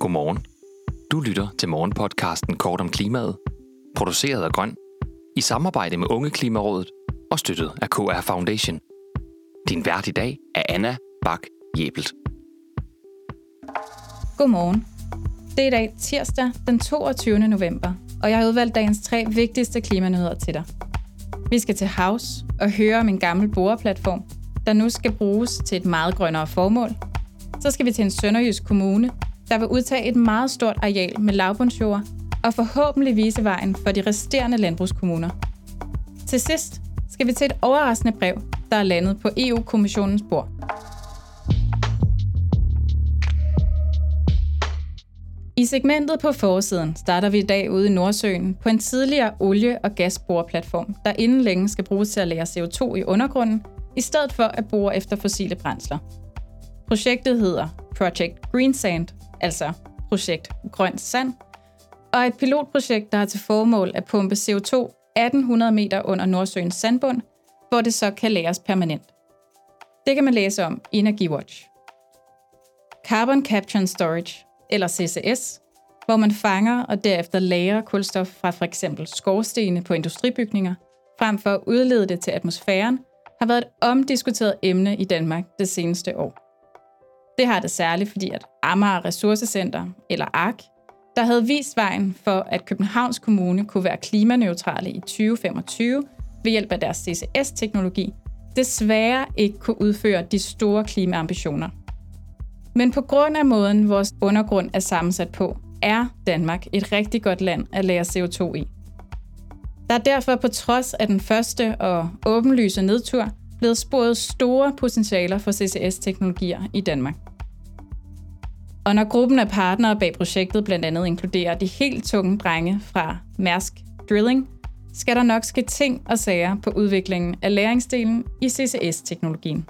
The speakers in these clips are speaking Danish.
Godmorgen. Du lytter til morgenpodcasten Kort om klimaet, produceret af Grøn, i samarbejde med Unge Klimarådet og støttet af KR Foundation. Din vært i dag er Anna Bak Jebelt. Godmorgen. Det er i dag tirsdag den 22. november, og jeg har udvalgt dagens 3 vigtigste klimanyheder til dig. Vi skal til havs og høre om en gammel boreplatform, der nu skal bruges til et meget grønnere formål. Så skal vi til en sønderjysk kommune, der vil udtage et meget stort areal med lavbundsjord og forhåbentlig vise vejen for de resterende landbrugskommuner. Til sidst skal vi til et overraskende brev, der er landet på EU-kommissionens bord. I segmentet på forsiden starter vi i dag ude i Nordsøen på en tidligere olie- og gasboreplatform, der inden længe skal bruges til at lagre CO2 i undergrunden, i stedet for at bore efter fossile brændsler. Projektet hedder Project Green Sand, altså Projekt Grønt Sand, og er et pilotprojekt, der har til formål at pumpe CO2 1800 meter under Nordsøens sandbund, hvor det så kan lagres permanent. Det kan man læse om i EnergiWatch. Carbon Capture and Storage, eller CCS, hvor man fanger og derefter lagrer kulstof fra f.eks. skorstene på industribygninger, frem for at udlede det til atmosfæren, har været et omdiskuteret emne i Danmark det seneste år. Det har det særligt, fordi at Amager Ressourcecenter, eller ARK, der havde vist vejen for, at Københavns Kommune kunne være klimaneutrale i 2025 ved hjælp af deres CCS-teknologi, desværre ikke kunne udføre de store klimaambitioner. Men på grund af måden, vores undergrund er sammensat på, er Danmark et rigtig godt land at lagre CO2 i. Der er derfor på trods af den første og åbenlyse nedtur blevet sporet store potentialer for CCS-teknologier i Danmark. Og når gruppen af partnere bag projektet blandt andet inkluderer de helt tunge drenge fra Mærsk Drilling, skal der nok ske ting og sager på udviklingen af lagringsdelen i CCS-teknologien.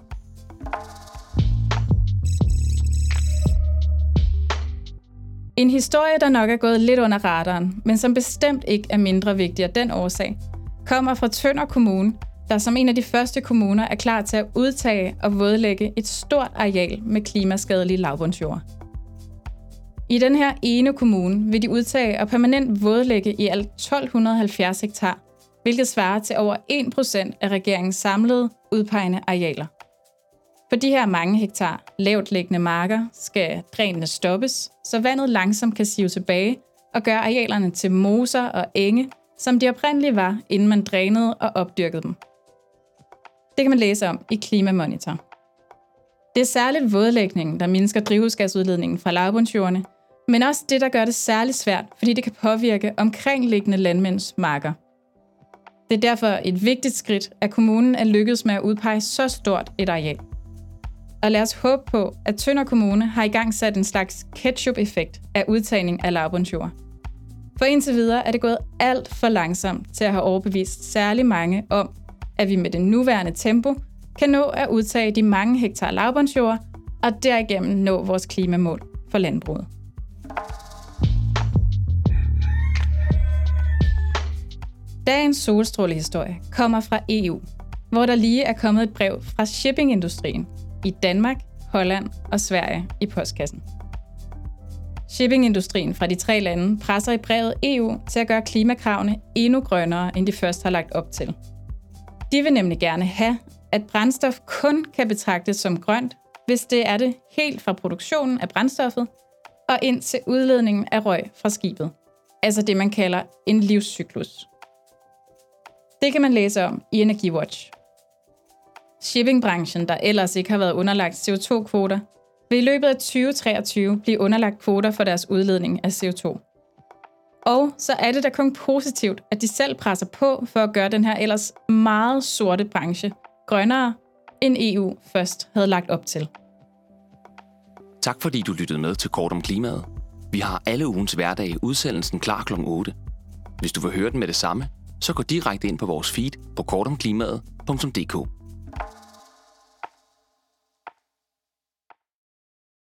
En historie, der nok er gået lidt under radaren, men som bestemt ikke er mindre vigtig af den årsag, kommer fra Tønder Kommune, der som en af de første kommuner er klar til at udtage og vådlægge et stort areal med klimaskadelige lavbundsjord. I den her ene kommune vil de udtage og permanent vådlægge i alt 1270 hektar, hvilket svarer til over 1% af regeringens samlede udpegende arealer. På de her mange hektar lavt liggende marker skal drænene stoppes, så vandet langsomt kan sive tilbage og gøre arealerne til moser og enge, som de oprindeligt var, inden man drænede og opdyrkede dem. Det kan man læse om i Klimamonitor. Det er særligt vådlægningen, der mindsker drivhusgasudledningen fra lavbundsjordene, men også det, der gør det særligt svært, fordi det kan påvirke omkringliggende landmænds marker. Det er derfor et vigtigt skridt, at kommunen er lykkedes med at udpege så stort et areal. Og lad os håbe på, at Tønder Kommune har i gang sat en slags ketchup-effekt af udtagning af lavbundsjord. For indtil videre er det gået alt for langsomt til at have overbevist særlig mange om, at vi med det nuværende tempo kan nå at udtage de mange hektar lavbundsjord og derigennem nå vores klimamål for landbruget. Dagens solstrålehistorie kommer fra EU, hvor der lige er kommet et brev fra shippingindustrien i Danmark, Holland og Sverige i postkassen. Shippingindustrien fra de 3 lande presser i brevet EU til at gøre klimakravene endnu grønnere, end de først har lagt op til. De vil nemlig gerne have, at brændstof kun kan betragtes som grønt, hvis det er det helt fra produktionen af brændstoffet og ind til udledningen af røg fra skibet. Altså det, man kalder en livscyklus. Det kan man læse om i EnergiWatch. Shippingbranchen, der ellers ikke har været underlagt CO2-kvoter, vil i løbet af 2023 blive underlagt kvoter for deres udledning af CO2. Og så er det da kun positivt, at de selv presser på for at gøre den her ellers meget sorte branche grønnere, end EU først havde lagt op til. Tak fordi du lyttede med til Kort om klimaet. Vi har alle ugens hverdage udsendelsen klar kl. 8. Hvis du vil høre den med det samme, så gå direkte ind på vores feed på kortomklimaet.dk.